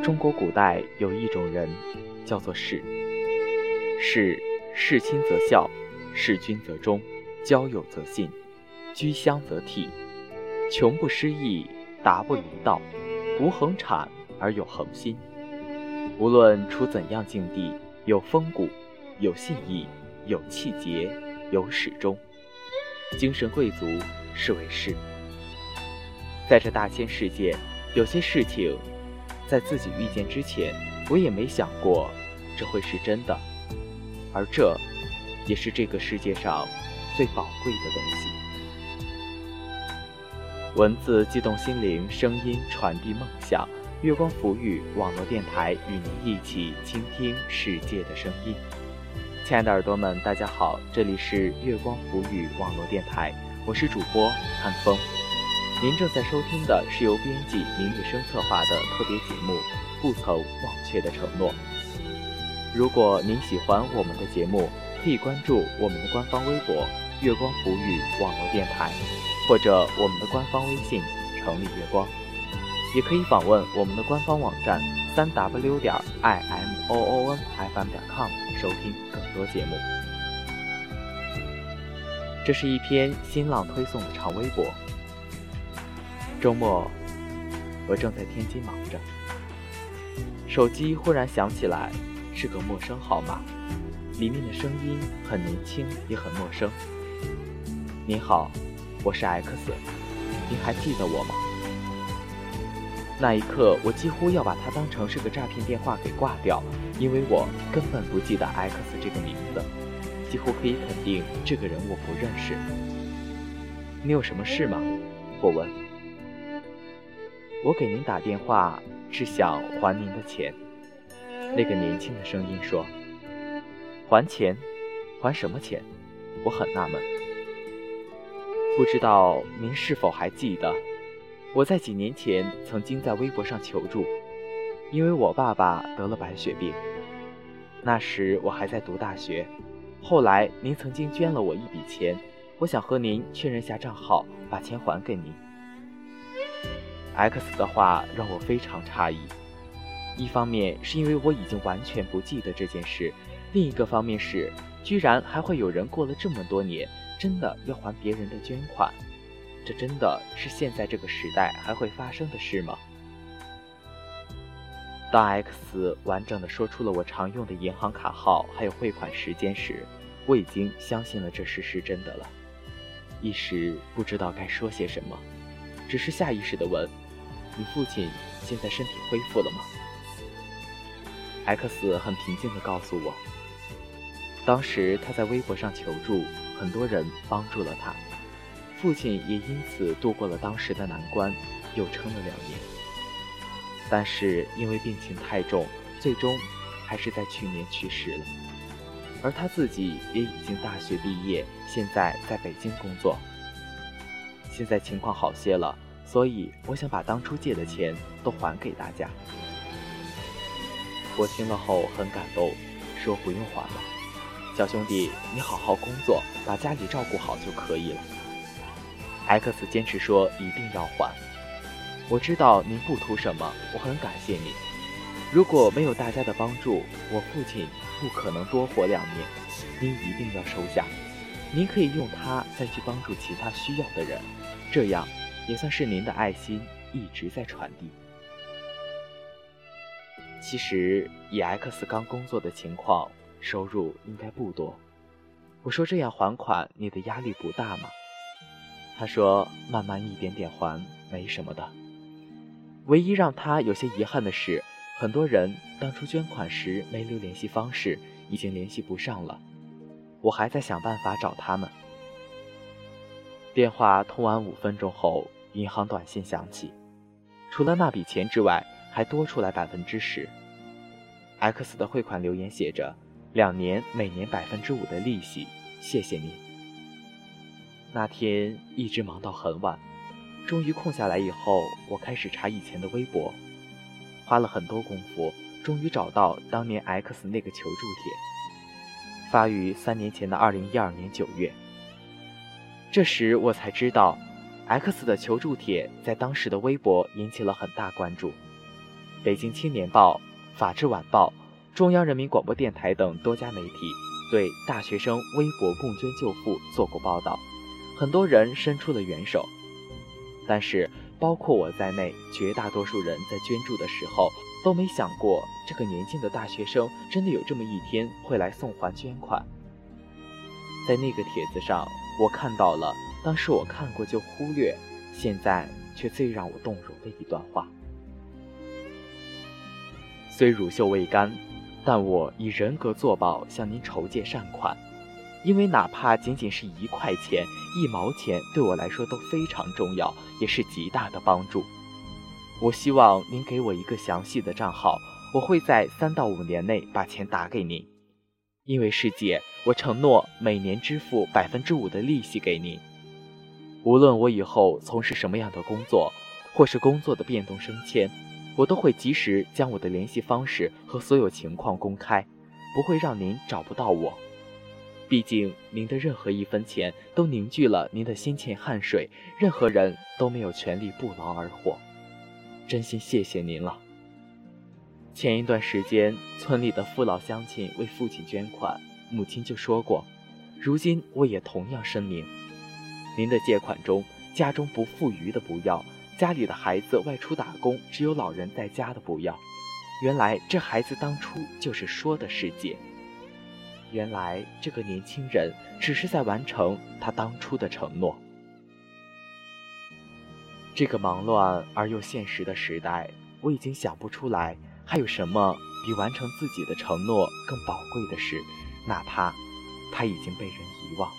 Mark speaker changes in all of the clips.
Speaker 1: 中国古代有一种人，叫做士。士，事亲则孝，事君则忠，交友则信，居乡则悌，穷不失义，达不离道，无恒产而有恒心。无论处怎样境地，有风骨，有信义，有气节，有始终，精神贵族是为士。在这大千世界，有些事情在自己遇见之前，我也没想过这会是真的，而这也是这个世界上最宝贵的东西。文字激动心灵，声音传递梦想。月光浮语网络电台与您一起倾听世界的声音。亲爱的耳朵们，大家好，这里是月光浮语网络电台，我是主播汉风。您正在收听的是由编辑明月生策划的特别节目《不曾忘却的承诺》。如果您喜欢我们的节目，可以关注我们的官方微博月光浮语网络电台，或者我们的官方微信城里月光，也可以访问我们的官方网站3w.imoonfm.com 收听更多节目。这是一篇新浪推送的长微博。周末我正在天津忙着，手机忽然响起来，是个陌生号码，里面的声音很年轻也很陌生。您好，我是 X， 您还记得我吗？那一刻我几乎要把它当成是个诈骗电话给挂掉，因为我根本不记得 X 这个名字，几乎可以肯定这个人我不认识。你有什么事吗？我问。我给您打电话是想还您的钱。那个年轻的声音说。还钱？还什么钱？我很纳闷。不知道您是否还记得，我在几年前曾经在微博上求助，因为我爸爸得了白血病。那时我还在读大学，后来您曾经捐了我一笔钱，我想和您确认下账号，把钱还给您。X 的话让我非常诧异，一方面是因为我已经完全不记得这件事，另一个方面是居然还会有人过了这么多年真的要还别人的捐款，这真的是现在这个时代还会发生的事吗？当 X 完整的说出了我常用的银行卡号还有汇款时间时，我已经相信了这事是真的了，一时不知道该说些什么，只是下意识地问，你父亲现在身体恢复了吗？ X 很平静地告诉我，当时他在微博上求助，很多人帮助了他，父亲也因此度过了当时的难关，又撑了2年。但是因为病情太重，最终还是在去年去世了。而他自己也已经大学毕业，现在在北京工作。现在情况好些了，所以我想把当初借的钱都还给大家。我听了后很感动，说不用还了，小兄弟，你好好工作，把家里照顾好就可以了。X 坚持说一定要还。我知道您不图什么，我很感谢您。如果没有大家的帮助，我父亲不可能多活2年，您一定要收下。您可以用它再去帮助其他需要的人，这样也算是您的爱心一直在传递。其实以 X 刚工作的情况，收入应该不多。我说这样还款你的压力不大吗？他说慢慢一点点还，没什么的。唯一让他有些遗憾的是，很多人当初捐款时没留联系方式，已经联系不上了。我还在想办法找他们。电话通完5分钟后，银行短信响起，除了那笔钱之外，还多出来10%。X 的汇款留言写着2年每年5%的利息，谢谢您。那天一直忙到很晚，终于空下来以后，我开始查以前的微博，花了很多功夫，终于找到当年 X 那个求助帖，发于3年前的2012年9月。这时我才知道 X 的求助帖在当时的微博引起了很大关注， 北京青年报、法制晚报、中央人民广播电台等多家媒体对大学生微博共捐救富做过报道，很多人伸出了援手。但是包括我在内，绝大多数人在捐助的时候都没想过，这个年轻的大学生真的有这么一天会来送还捐款。在那个帖子上，我看到了当时我看过就忽略，现在却最让我动容的一段话。虽乳臭未干，但我以人格作保向您筹借善款，因为哪怕仅仅是1块钱、1毛钱，对我来说都非常重要，也是极大的帮助。我希望您给我一个详细的账号，我会在3到5年内把钱打给您。因为世界，我承诺每年支付5%的利息给您。无论我以后从事什么样的工作，或是工作的变动升迁，我都会及时将我的联系方式和所有情况公开，不会让您找不到我。毕竟您的任何一分钱都凝聚了您的辛勤汗水，任何人都没有权利不劳而获。真心谢谢您了。前一段时间，村里的父老乡亲为父亲捐款，母亲就说过，如今我也同样声明，您的借款中，家中不富余的不要，家里的孩子外出打工，只有老人在家的不要。原来这孩子当初就是说的世界，原来这个年轻人只是在完成他当初的承诺。这个忙乱而又现实的时代，我已经想不出来还有什么比完成自己的承诺更宝贵的事，哪怕他已经被人遗忘。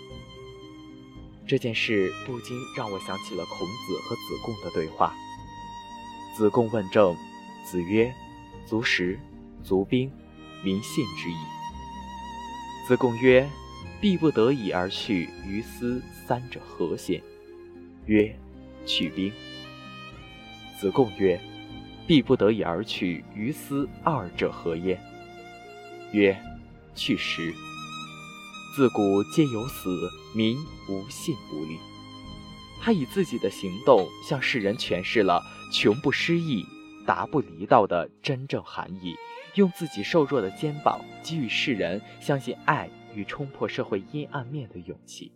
Speaker 1: 这件事不禁让我想起了孔子和子贡的对话。子贡问政，子曰：足食，足兵，民信之矣。子贡曰：必不得已而去，于斯三者何先？曰：去兵。子贡曰：必不得已而去，于斯二者何焉？曰：去食。自古皆有死，民无信不立。他以自己的行动向世人诠释了穷不失义，达不离道的真正含义，用自己瘦弱的肩膀给予世人相信爱与冲破社会阴暗面的勇气。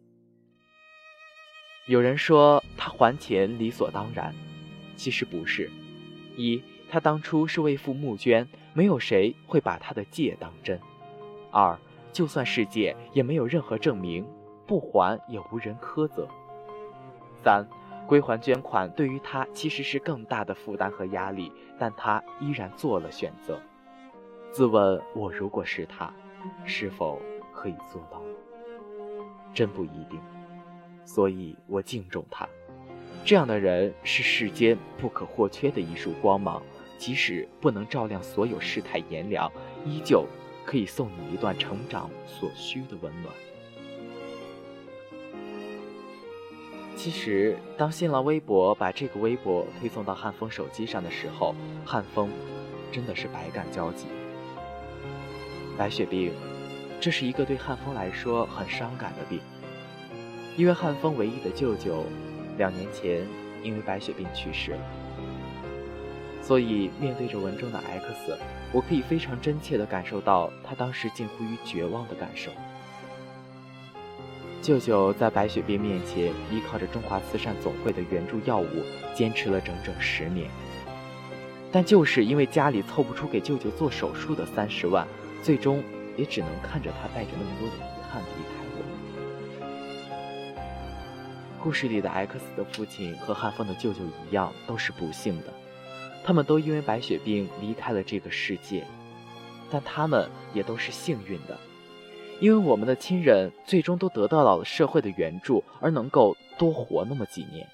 Speaker 1: 有人说他还钱理所当然，其实不是。一，他当初是为父募捐，没有谁会把他的借当真。二，就算是借，也没有任何证明，不还也无人苛责。三，归还捐款对于他其实是更大的负担和压力，但他依然做了选择。自问我如果是他，是否可以做到呢？真不一定。所以我敬重他。这样的人是世间不可或缺的一束光芒，即使不能照亮所有世态炎凉，依旧可以送你一段成长所需的温暖。其实当新浪微博把这个微博推送到汉风手机上的时候，汉风真的是百感交集。白血病，这是一个对汉风来说很伤感的病，因为汉风唯一的舅舅2年前因为白血病去世了。所以面对着文中的 X， 我可以非常真切地感受到他当时近乎于绝望的感受。舅舅在白血病面前依靠着中华慈善总会的援助药物坚持了整整10年，但就是因为家里凑不出给舅舅做手术的30万，最终也只能看着他带着那么多的遗憾离开了。故事里的 X 的父亲和汉风的舅舅一样，都是不幸的，他们都因为白血病离开了这个世界，但他们也都是幸运的，因为我们的亲人最终都得到了社会的援助，而能够多活那么几年。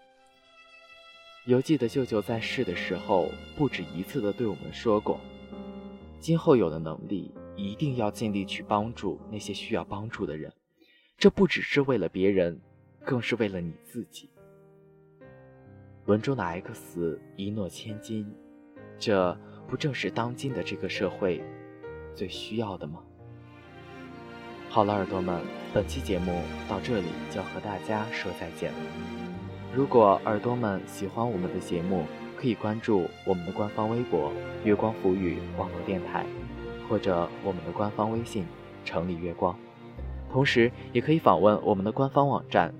Speaker 1: 犹记得舅舅在世的时候不止一次地对我们说过，今后有的能力一定要尽力去帮助那些需要帮助的人，这不只是为了别人，更是为了你自己。文中的 X 一诺千金，这不正是当今的这个社会最需要的吗？好了，耳朵们，本期节目到这里就要和大家说再见了。如果耳朵们喜欢我们的节目， 可以关注我们的官方微博月光浮语网络电台，或者我们的官方微信城里月光，同时也可以访问我们的官方网站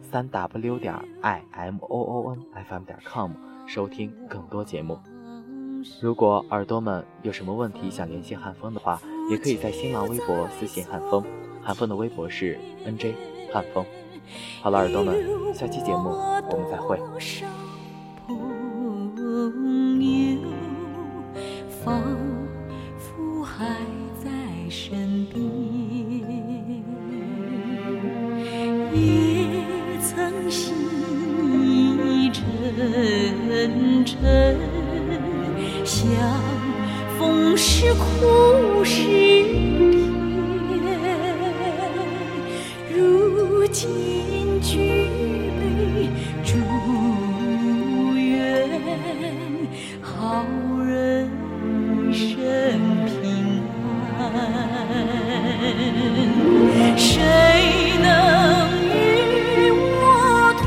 Speaker 1: 3w.imoonfm.com 收听更多节目。如果耳朵们有什么问题想联系汉风的话，也可以在新浪微博私信汉风，汉风的微博是 NJ 汉风。好了，耳朵们，下期节目我们再会。
Speaker 2: 仿佛还在身边，也曾心意沉沉，相逢时苦时甜，如今举杯祝愿好人生平安，谁能与我同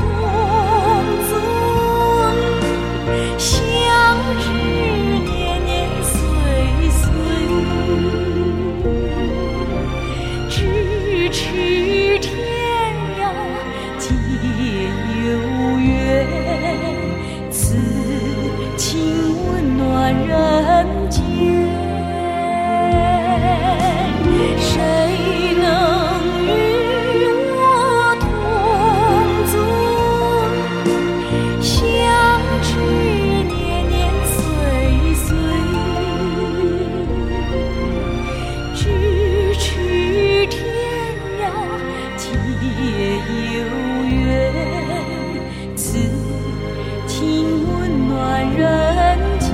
Speaker 2: 尊？相知年年岁岁，咫尺天涯皆有缘，此情温暖人间。谁能与我同尊？相知年年岁岁，咫尺天涯皆有缘，此情温暖人间。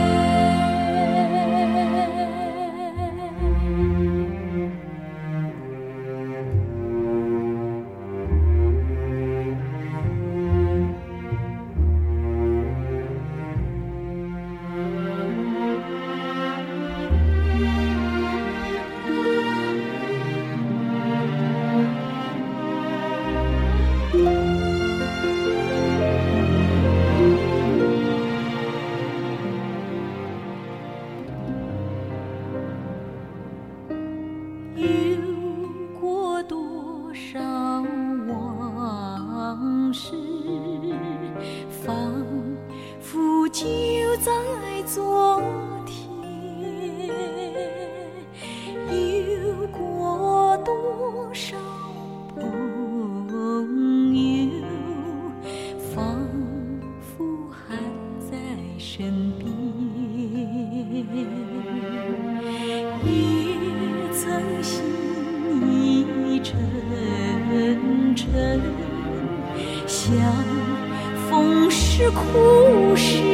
Speaker 2: 有过多少往事，仿佛就在昨天；有过多少朋友，仿佛还在身边。也曾心意沉沉，相逢时苦时